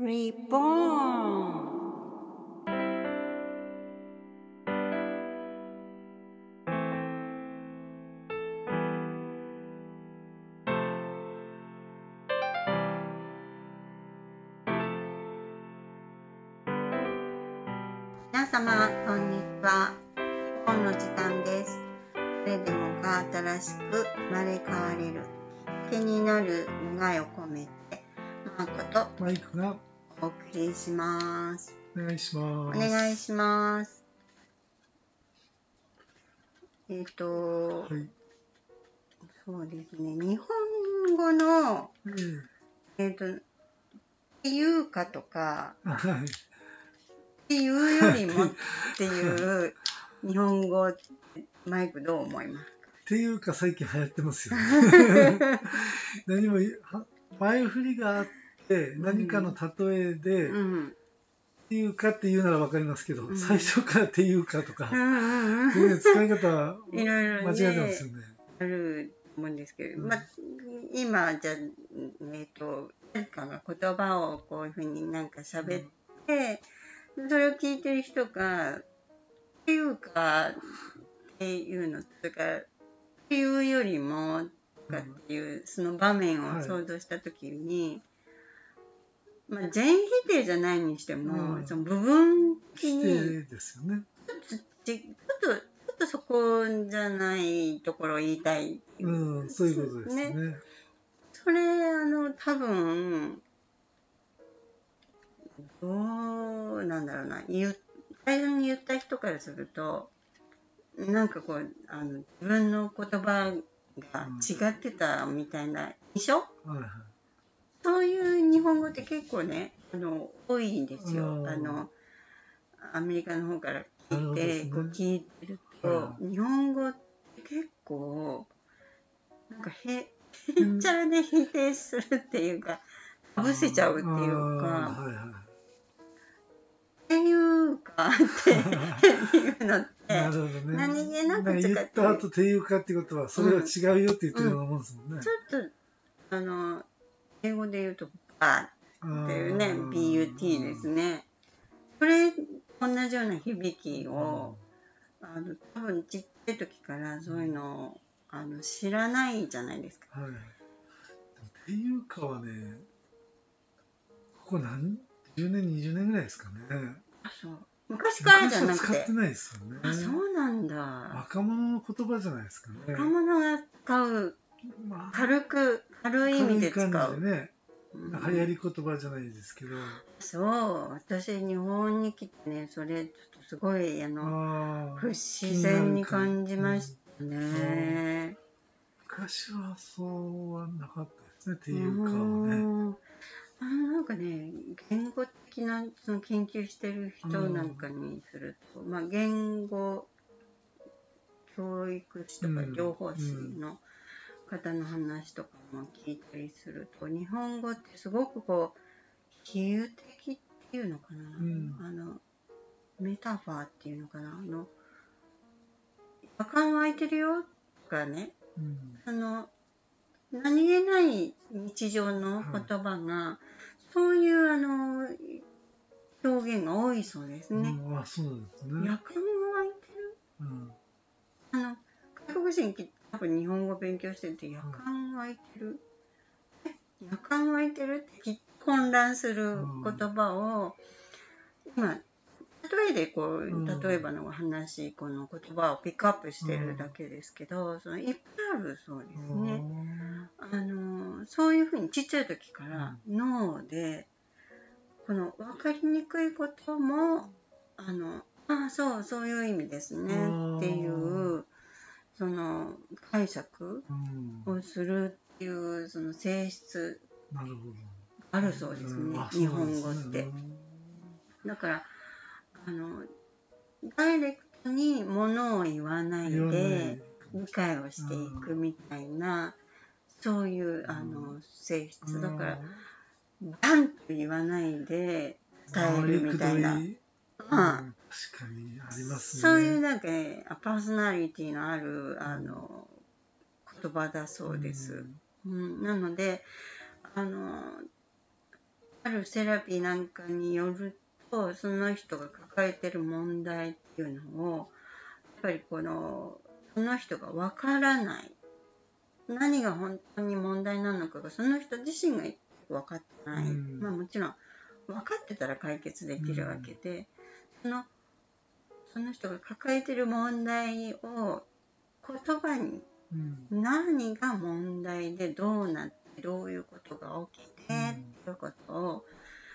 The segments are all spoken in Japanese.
Reborn。皆様こんにちは。本の時間です。誰でもが新しく生まれ変われる気になる願いを込めてマーコとマイクがお送りします。 お願いします。 お願いします。 はい、 そうですね。日本語のっていうかとかっていうよりもっていう日本語マイクどう思いますか？ っていうか最近流行ってますよね。何も前振りがあって何かの例えで、っていうかっていうなら分かりますけど、最初からっていうかとか、全然使い方は間違えてますよね。 あると思うんですけど、今じゃ誰かが言葉をこういうふうになんか喋って、それを聞いてる人がっていうかっていうのとかっていうよりもとかっていうその場面を想像したときに、全否定じゃないにしても、その部分的にですよね。 ちょっとそこじゃないところを言いたいっていう、 そういうことですね。 それ多分どうなんだろうな、最初に言った人からするとなんかこう自分の言葉が違ってたみたいな印象、そういう日本語って結構ね多いんですよ。アメリカの方から聞いて、こう聞いてると、日本語って結構なんかへっちゃらで否定するっていうか、かぶせちゃうっていうか、っていうかっていうのって、 なるほどね、 何気なく使って言った後っていうかってことは、それは違うよって言ってるようなもんですもんね。 ちょっと英語で言うとバーっていうね、BUT ですね。それ同じような響きを多分ちっちゃい時からそういうのを知らないじゃないですか。 っていうかはね、ここ10年20年ぐらいですかね。 そう昔からじゃなくて。 昔は使ってないですよね。 そうなんだ。 若者の言葉じゃないですかね。 若者が使う、軽い意味で使う。 軽い感じでね。流行り言葉じゃないですけど。 そう、私日本に来てね、それちょっとすごい不自然に感じましたね。 昔はそうはなかったですね、っていうかはね。 なんかね、言語的なその研究してる人なんかにすると、言語教育士とか情報士の方の話とかも聞いたりすると、日本語ってすごくこう比喩的っていうのかな、メタファーっていうのかな、夜間湧いてるよとかね、何気ない日常の言葉が、そういう表現が多いそうですね。 そうですね。 夜間が湧いてる、外国人多分日本語勉強してて、夜間湧いてる、夜間湧いてるって混乱する言葉を、今例えばの話、この言葉をピックアップしてるだけですけど、いっぱいあるそうですね。そういうふうにちっちゃい時から脳でこの分かりにくいこともそういう意味ですねっていうその解釈をするっていうその性質があるそうですね、日本語って。だからダイレクトにものを言わないで理解をしていくみたいな、そういう性質だから、バンと言わないで伝えるみたいな、 確かにありますね。 そういうなんかパーソナリティのある言葉だそうです。なのであるセラピーなんかによると、その人が抱えてる問題っていうのを、やっぱりその人がわからない。何が本当に問題なのかが、その人自身が分かってない。まあもちろん、分かってたら解決できるわけで、その人が抱えてる問題を言葉に、何が問題でどうなってどういうことが起きてっていうことを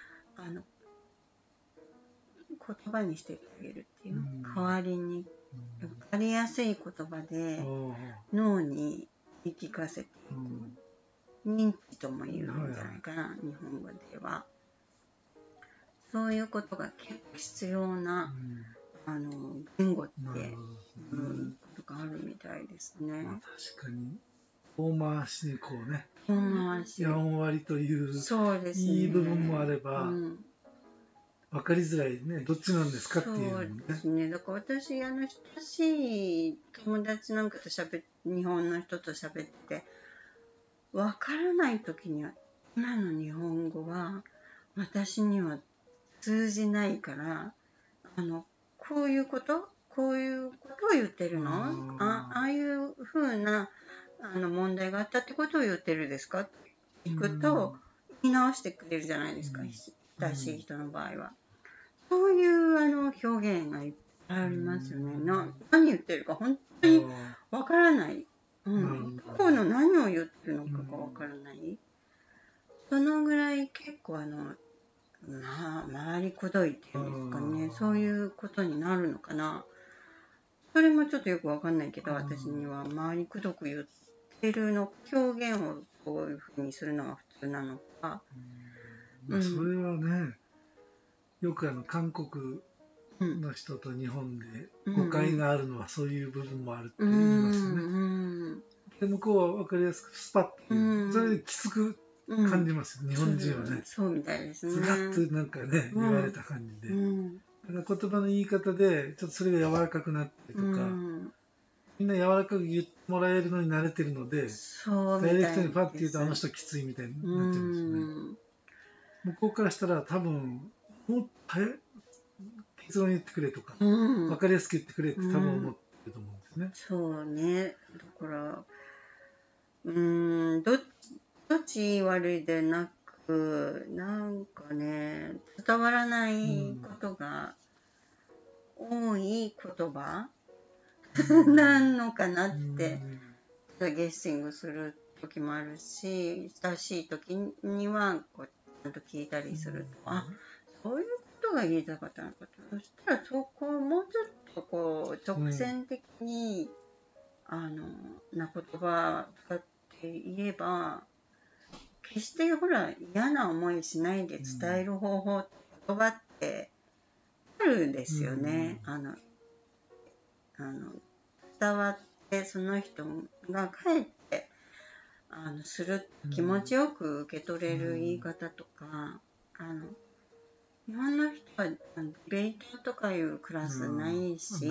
言葉にしてあげるっていう、代わりに分かりやすい言葉で脳に言い聞かせていく、認知とも言うんじゃないかな、日本語では。そういうことが結構必要な言語っていうことがあるみたいですね。 まあ、確かに遠回しにこうね、 遠回し、 やんわりというそうですね、 いい部分もあれば、分かりづらいね、どっちなんですかっていうのもね。 そうですね。だから私親しい友達なんかと日本の人と喋って分からない時には、今の日本語は私には通じないから、こういうことを言ってるの？ああいう風な問題があったってことを言ってるですかって聞くと、言い直してくれるじゃないですか、親しい人の場合は。そういう表現がいっぱいありますよね。何言ってるか本当にわからない。こうの何を言ってるのかがわからない。そのぐらい結構回りくどいっていうんですかね。そういうことになるのかな。それもちょっとよくわかんないけど、私には回りくどく言ってるの、表現をこういうふうにするのが普通なのか。 それはね、よく韓国の人と日本で誤解があるのはそういう部分もあるって言いますよね。で向こうは分かりやすくスパッという、それできつく感じますよ、日本人はね。 そうみたいですね。 ズガッとなんかね、言われた感じで。だから言葉の言い方でちょっとそれが柔らかくなったりとか、みんな柔らかく言ってもらえるのに慣れてるので、ダイレクトにパッて言うとあの人きついみたいになってるんですよね。向こうからしたら多分もっと結論言ってくれとか、分かりやすく言ってくれって多分思ってると思うんですね。 そうね。だからどっち悪いでなく、なんかね、伝わらないことが多い言葉なのかなって、ゲッシングする時もあるし、親しい時にはこうちゃんと聞いたりすると、あ、そういうことが言いたかったのかと。そしたらそこをもうちょっとこう直線的に、な言葉を使って言えば、決してほら嫌な思いしないで伝える方法、言葉ってあるんですよね。伝わってその人がかえってする気持ちよく受け取れる言い方とか、日本の人はディベートとかいうクラスないし、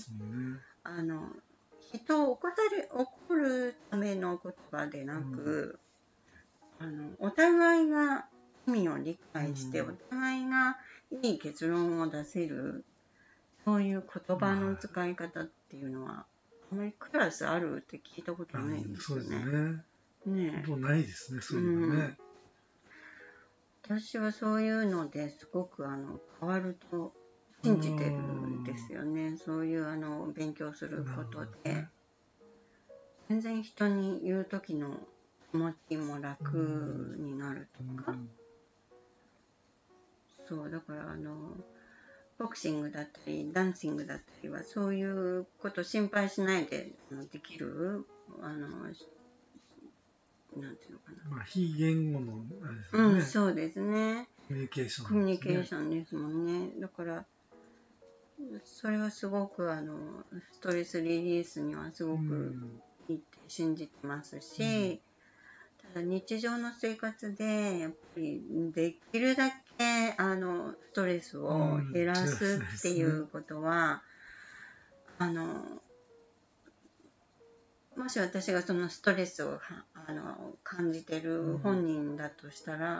人を怒るための言葉でなく、お互いが意味を理解して、お互いがいい結論を出せる、そういう言葉の使い方っていうのは、あまりクラスあるって聞いたことないんですよね。 そうですね。もうないですね、そういうのね。 私はそういうのですごく変わると信じてるんですよね。そういう勉強することで。全然人に言う時の気持ちも楽になるとか。そうだからボクシングだったりダンシングだったりはそういうこと心配しないでできるなんていうのかな。 まあ非言語のあれですよね。 そうですね。 コミュニケーション、 コミュニケーションですもんね。だからそれはすごくストレスリリースにはすごくいいって信じてますし、ただ日常の生活でやっぱりできるだけストレスを減らすっていうことは、もし私がそのストレスを感じてる本人だとしたら、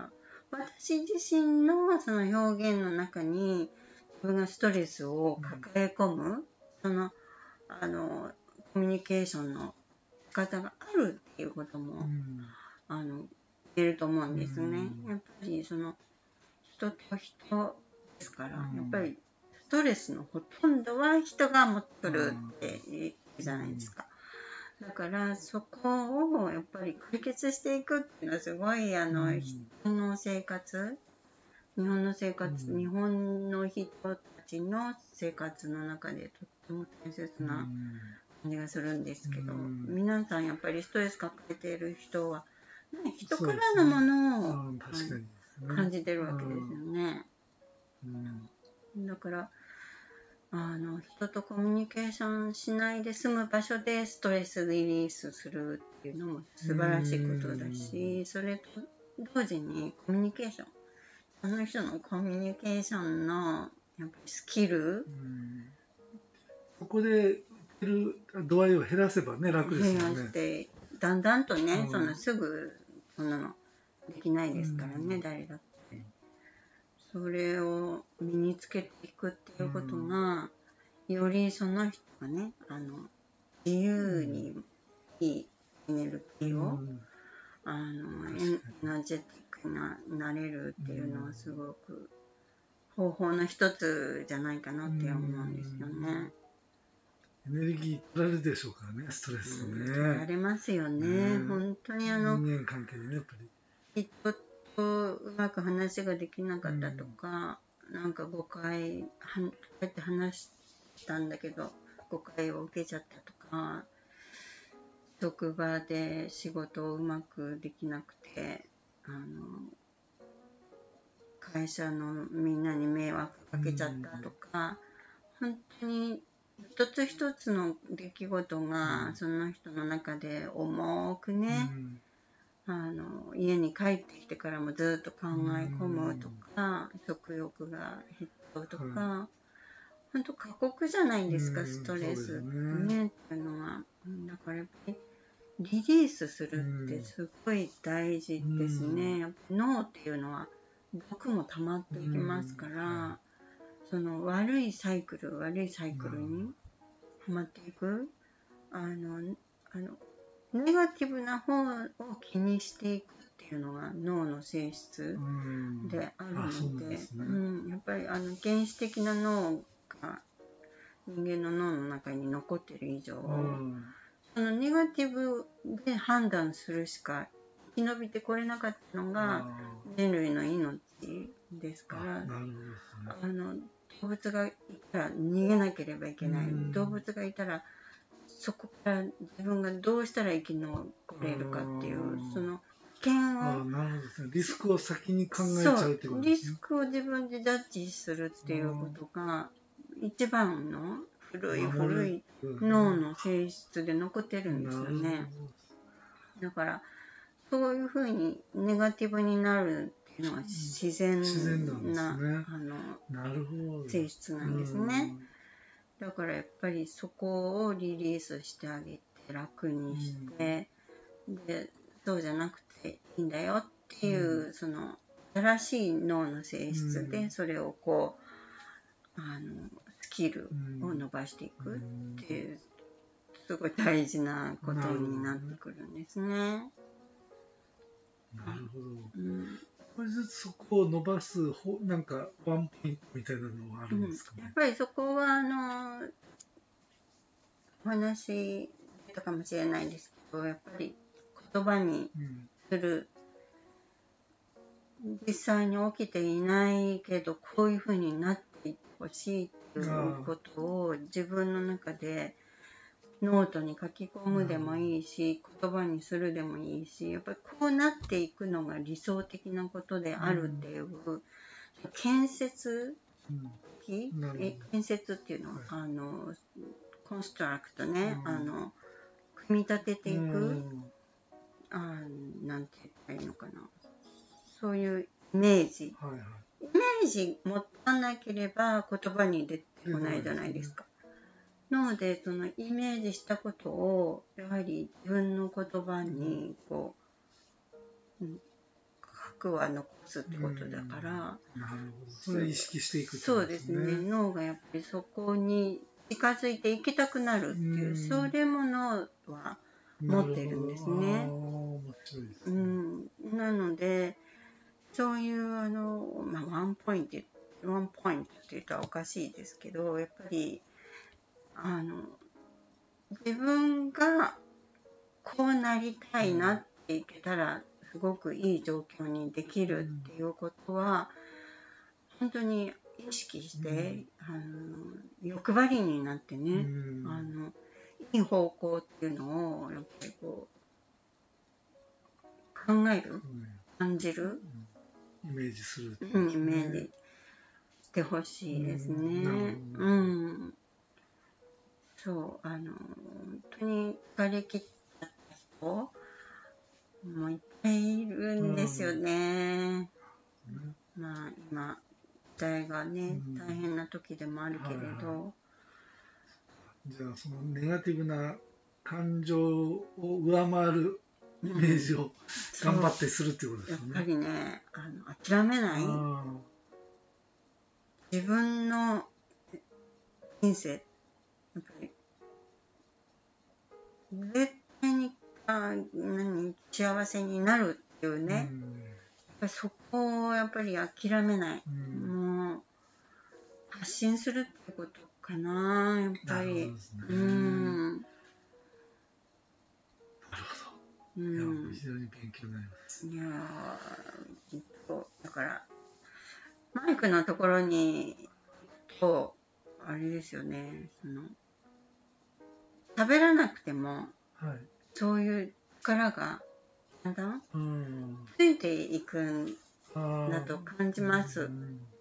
私自身のその表現の中に自分がストレスを抱え込む、そのコミュニケーションの仕方があるっていうことも、言えると思うんですね。やっぱりその人と人ですから、やっぱりストレスのほとんどは人が持ってくるって言うじゃないですか。だからそこをやっぱり解決していくっていうのはすごい人の生活、日本の生活、日本の人たちの生活の中でとっても大切な感じがするんですけど、皆さんやっぱりストレス抱えている人は、ね、人からのものを感じてるわけですよね。だから人とコミュニケーションしないで済む場所でストレスリリースするっていうのも素晴らしいことだし、それと同時にコミュニケーション、その人のコミュニケーションのやっぱりスキル、 ここで受ける度合いを減らせばね、楽ですよね。減らしてだんだんとね、すぐそんなのできないですからね、誰だって。それを身につけていくっていうことが、よりその人がね、自由にいいエネルギーを、エナジェティックになれるっていうのはすごく方法の一つじゃないかなって思うんですよね。 エネルギー取られるでしょうからね、ストレスね。 取られますよね。本当に人間関係でね、やっぱり。人とうまく話ができなかったとか、なんか誤解、こうやって話したんだけど、誤解を受けちゃったとか、職場で仕事をうまくできなくて、会社のみんなに迷惑かけちゃったとか、本当に一つ一つの出来事がその人の中で重くね、家に帰ってきてからもずっと考え込むとか、食欲が減っちゃうとか、本当過酷じゃないですか、ストレスねっていうのは。だからやっぱりリリースするってすごい大事ですね。やっぱ脳っていうのは毒も溜まっていきますから、その悪いサイクルにはまっていく。ネガティブな方を気にしていくっていうのが脳の性質であるので、やっぱり原始的な脳が人間の脳の中に残っている以上、そのネガティブで判断するしか生き延びてこれなかったのが人類の命ですから、動物がいたら逃げなければいけない、動物がいたらそこから自分がどうしたら生き残れるかっていう、その危険を、 リスクを先に考えちゃうってことですね。 リスクを自分でジャッジするっていうことが一番の古い脳の性質で残ってるんですよね。だからそういうふうにネガティブになるっていうのは自然な性質なんですね。だからやっぱりそこをリリースしてあげて楽にして、でそうじゃなくていいんだよっていう、その新しい脳の性質でそれをこうスキルを伸ばしていくっていう、すごい大事なことになってくるんですね。 なるほど。少しずつそこを伸ばすなんかワンポイントみたいなのはあるんですかね。 やっぱりそこはお話出たかもしれないですけど、やっぱり言葉にする、実際に起きていないけどこういうふうになっていってほしいっていうことを自分の中でノートに書き込むでもいいし、言葉にするでもいいし、やっぱりこうなっていくのが理想的なことであるっていう、建設的、建設っていうのはコンストラクトね、組み立てていく、なんて言ったらいいのかな、そういうイメージ、イメージ持たなければ言葉に出てこないじゃないですか。なのでそのイメージしたことをやはり自分の言葉にこう、 クは残すってことだから、 なるほど。それを意識していくってそうことでね。 ですすね。脳がやっぱりそこに近づいていきたくなるっていう、それも脳は持ってるんですね。 面白いですね。 なので、そういうワンポイントって言ったらおかしいですけど、やっぱり自分がこうなりたいなっていけたらすごくいい状況にできるっていうことは、本当に意識して、欲張りになってね、いい方向っていうのをやっぱりこう考える、感じる、 イメージする、 イメージしてほしいですね。そう、本当に疲れ切った人もいっぱいいるんですよね。まあ今時代がね、大変な時でもあるけれど、 じゃあそのネガティブな感情を上回るイメージを頑張ってするっていうことですよね。 やっぱりね、諦めない、自分の人生、やっぱり絶対に幸せになるっていうね、やっぱりそこをやっぱり諦めない、もう発信するってことかな、やっぱり。なるほど。いや、非常に勉強になります。 いやだからマイクのところにとあれですよね、喋らなくても、そういう力がだんだんついていくんだと感じます。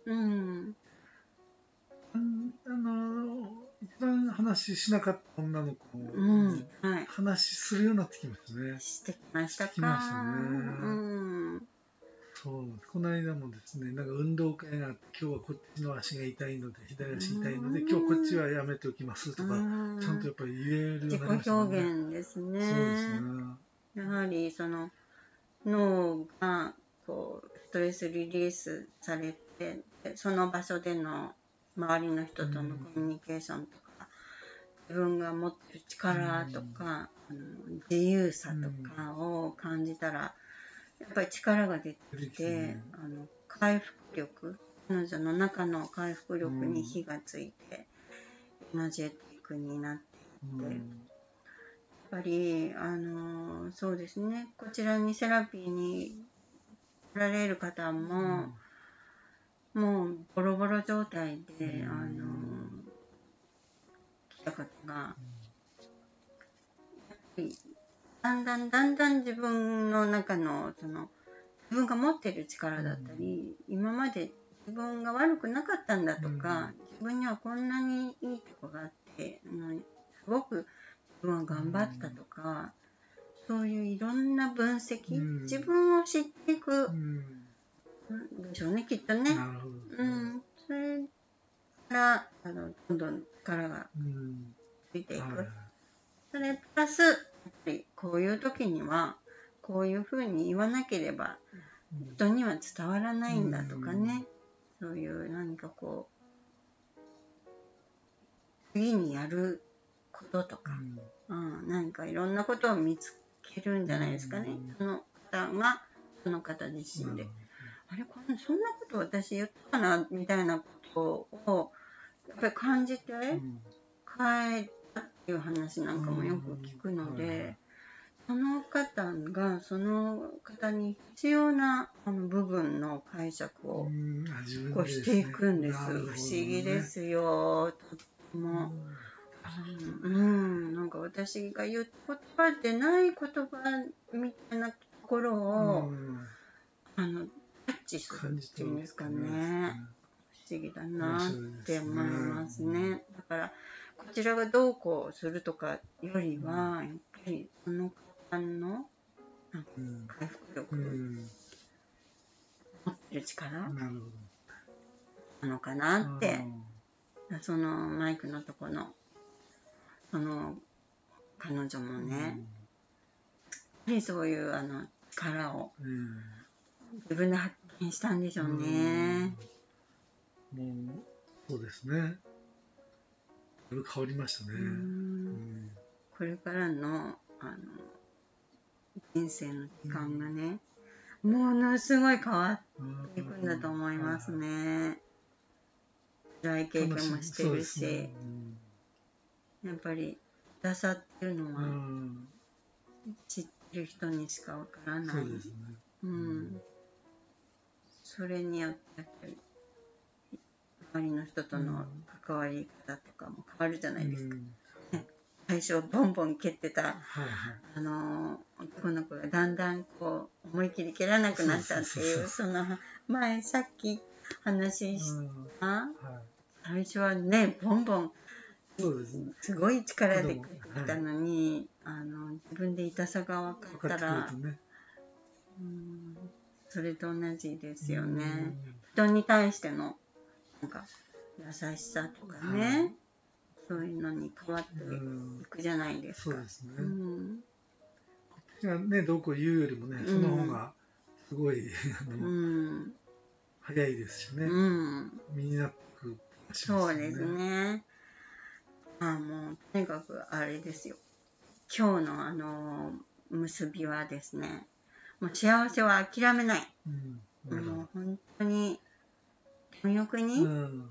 一番話しなかった女の子も、話するようになってきましたね。 してきましたか。 してきましたね。そう、この間もですね、なんか運動会があって、今日はこっちの足が痛いので、左足痛いので、今日こっちはやめておきますとか、ちゃんとやっぱり言えるようになりましたね。 自己表現ですね。 そうですね。 やはり脳がストレスリリースされて、その場所での周りの人とのコミュニケーションとか、自分が持ってる力とか、自由さとかを感じたら、やっぱり力が出てきて、回復力、彼女の中の回復力に火がついて、エナジェティックになっていって、やっぱり、そうですね、こちらにセラピーに来られる方も、もうボロボロ状態で、来た方が、やっぱりだんだん自分の中の自分が持ってる力だったり、今まで自分が悪くなかったんだとか、自分にはこんなにいいとこがあって、すごく自分は頑張ったとか、そういういろんな分析、自分を知っていくでしょうね、きっとね。それからどんどん力がついていく。それプラス、やっぱりこういう時には、こういうふうに言わなければ、人には伝わらないんだとかね。そういう何か次にやることとか、何かいろんなことを見つけるんじゃないですかね。その方が、その方自身で。あれ、そんなこと私言ったかなみたいなことを、やっぱり感じて、変えたっていう話なんかもよく聞くので、その方がその方に必要な部分の解釈をしていくんです。不思議ですよ、とっても。なんか私が言った言葉でない言葉みたいなところをタッチするっていうんですかね。不思議だなって思いますね。だからこちらがどうこうするとかよりは、やっぱりその方の回復力、持ってる力なのかなって、そのマイクのとこの彼女もね、やっぱりそういう力を自分で発見したんでしょうね。 もうそうですね。変わりましたね。 これからの人生の期間がね、ものすごい変わっていくんだと思いますね。辛い経験もしてるし、やっぱりダサっていうのは知ってる人にしかわからない。そうですね。それによってやっぱり周りの人との関わり方とかも変わるじゃないですか。最初ボンボン蹴ってた男の子がだんだんこう思い切り蹴らなくなったっていう、その前さっき話した最初はねボンボンすごい力で蹴ってたのに自分で痛さが分かったらそれと同じですよね。人に対してのなんか優しさとかね、そういうのに変わっていくじゃないですか。そうですね。 こっちがねどうこう言うよりもね、その方がすごい早いですしね。身になってくる。 そうですね。もうとにかくあれですよ。今日の結びはですね、もう幸せは諦めない。もう本当に貪欲に、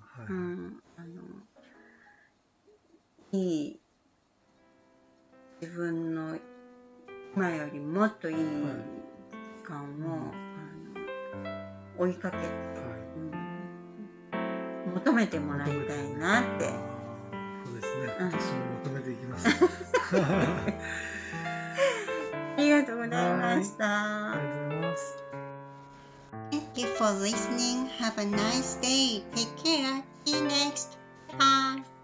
いい自分の今よりもっといい時間を、追いかけて、求めてもらいたいなって。 そうですね。私も求めていきます。 ありがとうございました。 ありがとうございます。 Thank you for listening. Have a nice day. Take care. See you next time.